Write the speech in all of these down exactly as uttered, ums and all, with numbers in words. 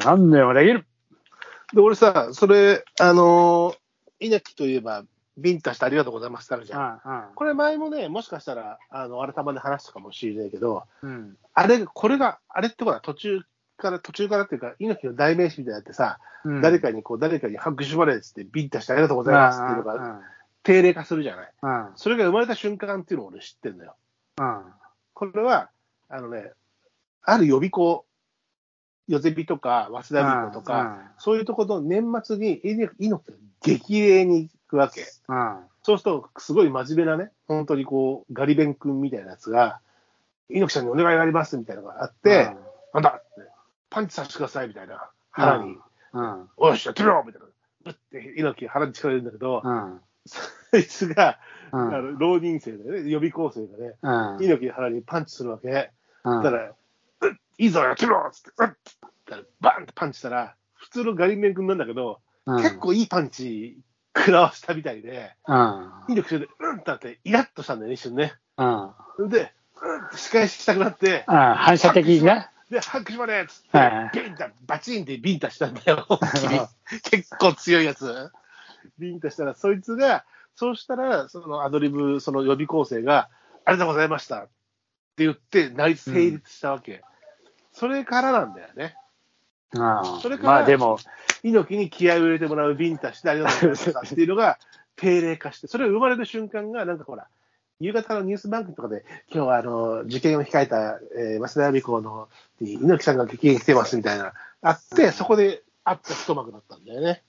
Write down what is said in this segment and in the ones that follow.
何年もできる。 で、俺さ、それ、あのー、猪木といえば、ビンタしてありがとうございますってあるじゃん。 うんうん、 これ前もね、もしかしたら、あの、あれたまで話したかもしれないけど、 うん、 あれ、これが、あれってほら、途中から、途中からっていうか、猪木の代名詞みたいになってさ、 うん、 誰かにこう、誰かに拍手バレーっつって、ビンタしてありがとうございますっていうのが、 うん、 定例化するじゃない。 うん、 それが生まれた瞬間っていうのを俺知ってんだよ。 うん、 これは、あのね、ある予備校、ヨゼビとか、早稲田美子とか、 うん、 そういうところの年末に猪木が激励に行くわけ。 うん、 そうすると、すごい真面目なね、本当にこう、ガリ勉君みたいなやつが、猪木さんにお願いがありますみたいなのがあって、 うん、 なんだって、パンチさせてくださいみたいな、腹に、 うん、 おいし、やってみろみたいな、ぶって猪木腹に力入れるんだけど、 うん、 そいつが、 うん、 あの浪人生だよね、予備校生がね、 うん、 猪木の腹にパンチするわけ。 うん、 だから、うっいいぞ、やってみろっつって、うっってバンってパンチしたら、普通のガリ勉君なんだけど、 うん、 結構いいパンチ食らわしたみたいで、 うん、 猪木それで、うんってなって、イラッとしたんだよね、一瞬ね。 うん、 で、うんって仕返ししたくなって、 反射的にね。 で、拍手までっつって、 はいビンタ、バチンってビンタしたんだよ。結構強いやつ。ビンタしたら、そいつが、そうしたら、そのアドリブ、その予備校生が、ありがとうございましたって言って、成成立したわけ。うん、それからなんだよね。 あそれから、 まあでも、 猪木に気合を入れてもらうビンタしてありがとうございましたっていうのが定例化して、それが生まれる瞬間が、なんかほら、夕方のニュース番組とかで、今日はあの受験を控えた、えー、早稲田予備校の猪木さんが激励来てますみたいな、あって、そこであった一幕だったんだよね。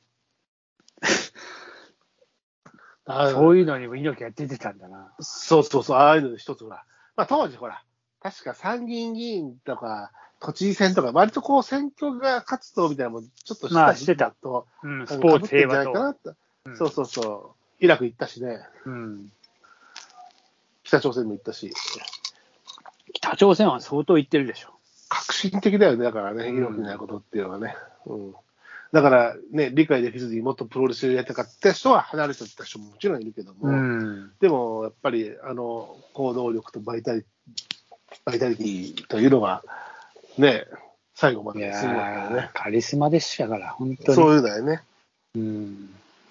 そういうのにも猪木が出てたんだな。 そうそうそう、ああいうので一つほら、まあ当時ほら、確か参議院議員とか、都知事選とか、割とこう選挙が活動みたいなのもちょっとした時期だと、 まあうん、スポーツ平和と、 うん、そうそうそう、イラク行ったしね、 うん、 北朝鮮も行ったし、 北朝鮮は相当行ってるでしょ。 革新的だよね、だからね、猪木のやることっていうのはね。うん、だからね、理解できずにもっとプロレスやりたかった人は離れていった人ももちろんいるけども、 うん、 でもやっぱりあの行動力とバイタリバイタリティというのがね、最後までするわけだよね。 カリスマでしたから、本当に。 そういうのだよね。 うん、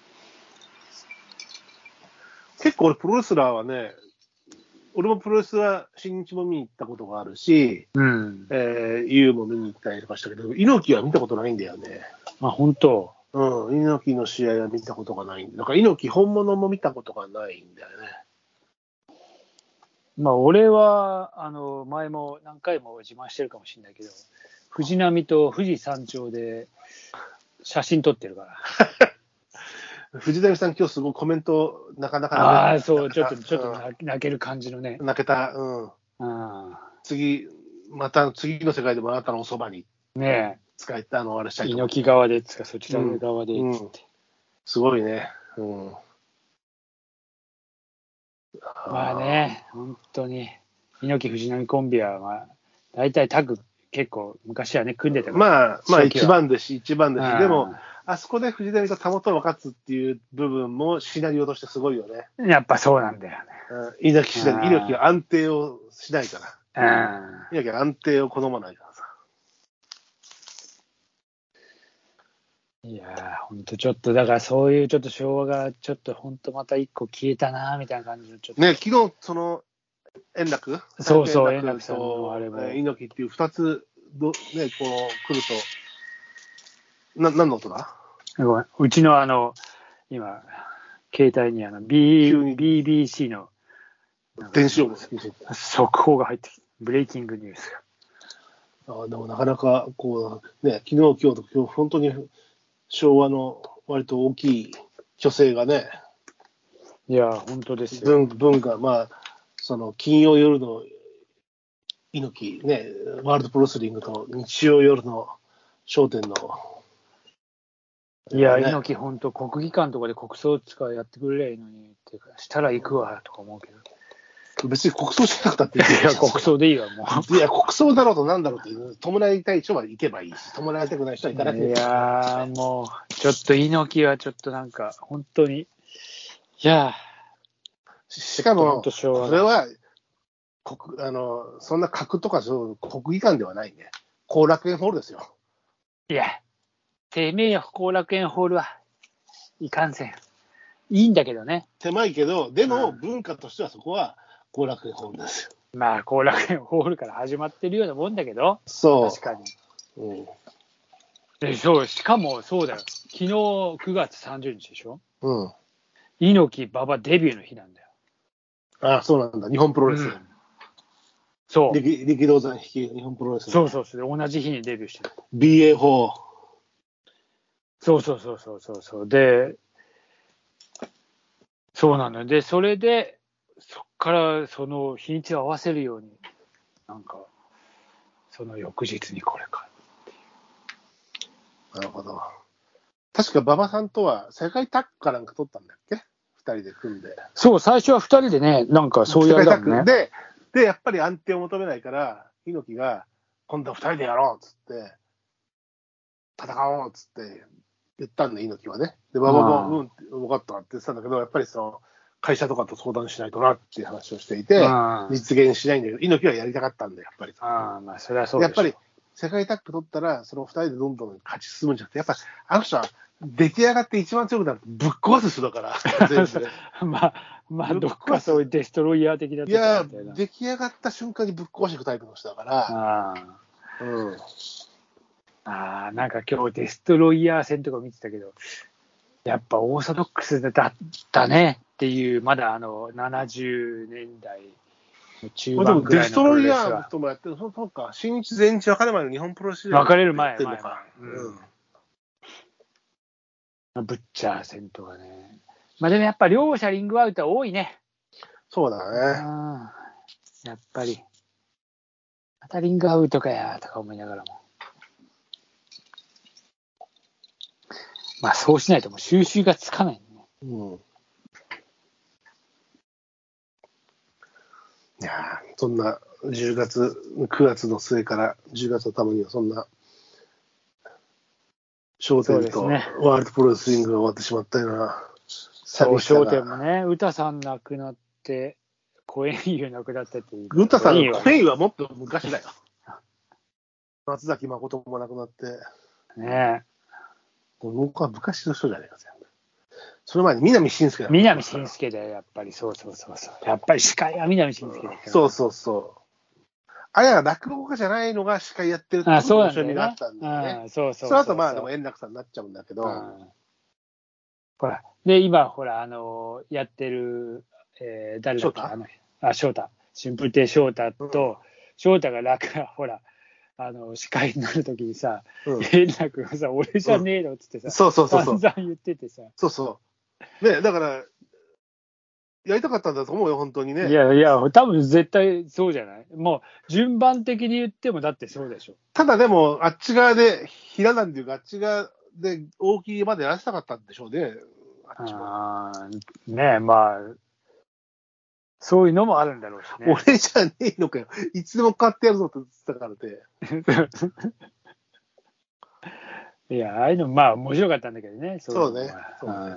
結構俺プロレスラーはね、俺もプロレスは新日も見に行ったことがあるし、 うん、 えー、ユーも見に行ったりとかしたけど、猪木は見たことないんだよね。 まあ本当。 うん、猪木の試合は見たことがない。なんか猪木本物も見たことがないんだよね。 まあ俺はあの前も何回も自慢してるかもしれないけど、藤波と富士山頂で写真撮ってるから。 藤波さん今日すごいコメントなかなかああそうちょっとちょっと泣ける感じのね。 泣けた。うん。あ次また次の世界でもあなたのおそばにねえ使えたあのあれしたいと猪木側でつかそちら側で、 うんうん、すごいね。うん。 まあね本当に猪木藤波コンビはまあ大体タッグ結構昔はね組んでたから。 まあまあ一番ですし一番ですしでも。あそこで藤波とたもとを分かつっていう部分もシナリオとしてすごいよね。 やっぱそうなんだよね。 うん、猪木次第、猪木が安定をしないから。 うん、 猪木は安定を好まないからさ。 いやー、ほんとちょっと、だからそういうちょっと昭和がちょっとほんとまた一個消えたなみたいな感じのちょっと。 ね、昨日その円楽そうそう、円楽さんのあれも。 猪木っていう二つど、ね、こう来ると、な、何の音だ？ ごめん、うちのあの、今、携帯にあの、B、ビービーシー の電子音速報が入ってきて、ブレイキングニュースが。あでもなかなかこう、ね、昨日、今日と今日、本当に昭和の割と大きい虚勢がね、 いや、本当ですよ。 文文化、まあ、その金曜夜の猪木、ね、ワールドプロレスリングと日曜夜の笑点の。 いや、ね、猪木本当国技館とかで国葬とかやってくれりゃいいのにっていうかしたら行くわとか思うけど別に国葬しなくたっていい。 いや国葬でいいわもういや国葬だろうとなんだろうっていう弔いたい人は行けばいいし弔いたくない人は行かなくていい。 いやもうちょっと猪木はちょっとなんか本当にいやしかもそれは国あのそんな格とかそう国技館ではないね。後楽園ホールですよ。 いや、てめえよ、後楽園ホールはいかんせん。いいんだけどね。 狭いけど、でもうん文化としてはそこは後楽園ホールですよ。 まあ、後楽園ホールから始まってるようなもんだけど、 そう。 確かに。 うん。 でそう、しかもそうだよ。昨日くがつさんじゅうにちでしょ。 うん。 猪木馬場デビューの日なんだよ。 ああ、そうなんだ。日本プロレス。 うんそう。 力力道山率いる日本プロレス。 そうそうそう。同じ日にデビューしてる。 ビーエーフォー。 そうそうそうそうそうそう。で、そうなのよ。で、それで、そっからその日にちを合わせるように、なんか、その翌日にこれか。 なるほど。確か馬場さんとは世界タッグかなんか取ったんだっけ？二人で組んで。 そう、最初は二人でね、なんかそういうあれだもんね。 で、で、やっぱり安定を求めないから、猪木が、今度は二人でやろうっつって、戦おうっつって言ったんで、猪木はね。で、馬場も、うん、分かったって言ってたんだけど、やっぱりその、会社とかと相談しないとなっていう話をしていて、実現しないんだけど、猪木はやりたかったんだよ、やっぱり。 ああ、まあ、それはそうでしょ。 やっぱり、世界タッグ取ったら、その二人でどんどん勝ち進むんじゃなくて、やっぱ、あの人は出来上がって一番強くなるとぶっ壊す人だから、全部ね。 まあ、まあ、どっかそういうデストロイヤー的なとこいや、 みたいな。 出来上がった瞬間にぶっ壊していくタイプの人だから、 あうん。 あ、なんか今日デストロイヤー戦とか見てたけど、やっぱオーソドックスだったねっていう、まだあのななじゅうねんだいの中盤ぐらいのデストロイヤーのは人もやってる、そうそうか、新日全日分かれる前の日本プロレス分かれる前、 やってんの前、 か。 前。 うんうんブッチャー戦とかね。まあでもやっぱ両者リングアウトは多いね。 そうだね。 あーやっぱり。またリングアウトかやとか思いながらも。まあそうしないともう収集がつかないね。 うん。いやーそんなじゅうがつ、くがつの末からじゅうがつのためにはそんな、商店とそうですねワールドプロレスリングが終わってしまったような、 そう、 寂しさが商店もね、歌さん亡くなって、コエンユ亡くなったっていう。 グッタさんのコ声はもっと昔だよ。松崎誠も亡くなって、 ね僕は昔の人じゃないか、全部。その前に南信介だ。 南信介だよ、やっぱり。そうそうそうそう。やっぱり司会は南信介だから。 そうそうそう。あれは落語家じゃないのが司会やってるっていう面白みがあったんだよね。 そうそうそう。 その後まあでも円楽さんになっちゃうんだけど。 ほら。で、今、ほら、あの、やってる、えー、誰だっけあの、あ、翔太。春風亭昇太と、翔太が楽が、ほら、あの、司会になるときにさ、円楽がさ、俺じゃねえのっつってさ、 そうそうそう。 散々言っててさ。 そうそう。ね、だから、やりたかったんだと思うよ、本当にね。 いやいや、多分絶対そうじゃないもう、順番的に言っても、だってそうでしょ。 ただでも、あっち側で、ひらなんていうか、あっち側で大きいまでやらせたかったんでしょうね。あっちも。 あねえ、まあ、そういうのもあるんだろうしね。 俺じゃねえのかよ。いつでも買ってやるぞって言ってたからね。 いや、ああいうの、まあ、面白かったんだけどね。 そうね。そうね。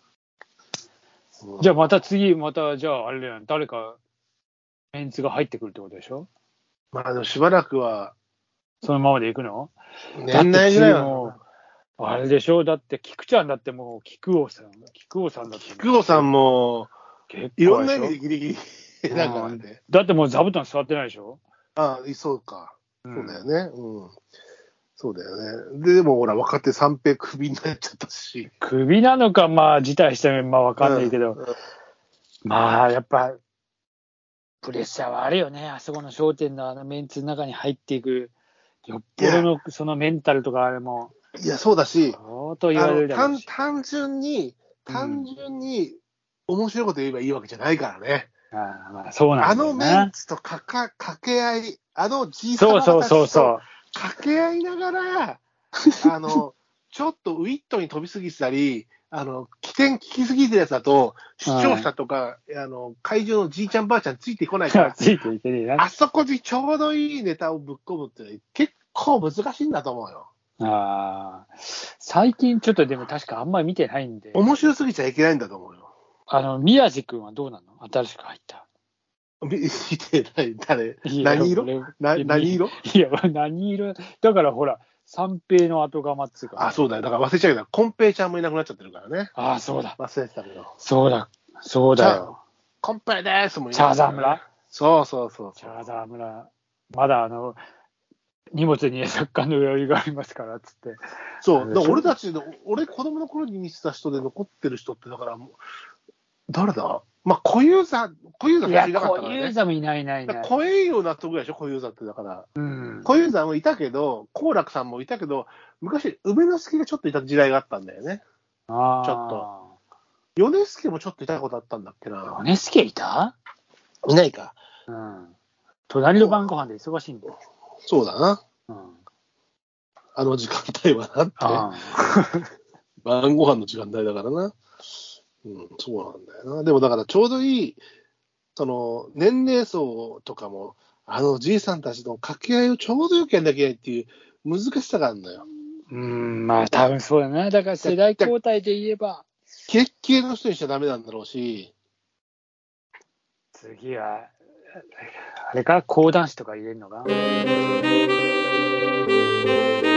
じゃあまた次、また、じゃああれだよ、誰かメンツが入ってくるってことでしょ。 まあでもしばらくは。 そのままでいくの？ 年内ぐらいは。 あれでしょだって、菊ちゃんだってもう、菊王さん。菊王さんだって。 菊王さんも、いろんな意味でギリギリだからね。 だってもう座布団座ってないでしょ。 ああ、そうか。そうだよね。うん。そうだよね。で、でもほら、若手三平クビになっちゃったし。 クビなのか、まあ、辞退したら、まあ、わかんないけど、うんうん、まあ、やっぱ、プレッシャーはあるよね。あそこの商店のあのメンツの中に入っていく、よっぽどのそのメンタルとかあれも。 いや、そうだし、 相当言われるだろうし。 単純に、単純に面白いこと言えばいいわけじゃないからね。 うん、ああ、まあ、そうなんだよね。 あのメンツとかか掛け合い、あのじいさまたちと掛け合いながら、あの、ちょっとウィットに飛びすぎてたり、あの、起点聞きすぎてるやつだと、視聴者とか、あの、会場のじいちゃんばあちゃんついてこないから、 ついていけねえな。 あそこにちょうどいいネタをぶっ込むって結構難しいんだと思うよ。 ああ、最近ちょっとでも確かあんまり見てないんで。 面白すぎちゃいけないんだと思うよ。 あの、宮地君はどうなの？新しく入った。 見てない、誰？何色？な何色？ いや、何色だからほら、 三平の後釜っつうか。 あ、そうだよ。だから忘れちゃうけど、こんぺいちゃんもいなくなっちゃってるからね。 ああ、そうだ。 忘れてたけど。 そうだ。そうだよ。 こんぺいでーすもいなチャーくなっちゃったねザー村そうそうそうそう。 チャーザー村。まだあの、荷物に作家の余裕がありますからっつって。 そう。だから俺たちの、俺子供の頃に見てた人で残ってる人って、だからもう、誰だまあ、小遊三、小遊三いや、 いなかったからね。 小遊三もいないいないいない。 小遊三納得ぐらいでしょ、小遊三って。だから。 うん。 小遊三もいたけど、好楽さんもいたけど、昔、梅之助がちょっといた時代があったんだよね。 ああ。 ちょっと。米助もちょっといたことあったんだっけな。 米助いたいないか。 うん。隣の晩ご飯で忙しいんだよ。 そうだな。 うん。 あの時間帯はなって。 あ晩ご飯の時間帯だからな。うん、そうなんだよな。でもだからちょうどいい、その年齢層とかも、あのじいさんたちの掛け合いをちょうどよくやんなきゃいけないっていう難しさがあるのよ。 うん、まあ多分そうだな。だから世代交代で言えば。 キレッキレの人にしちゃダメなんだろうし。 次は、あれか講談師とか入れるのか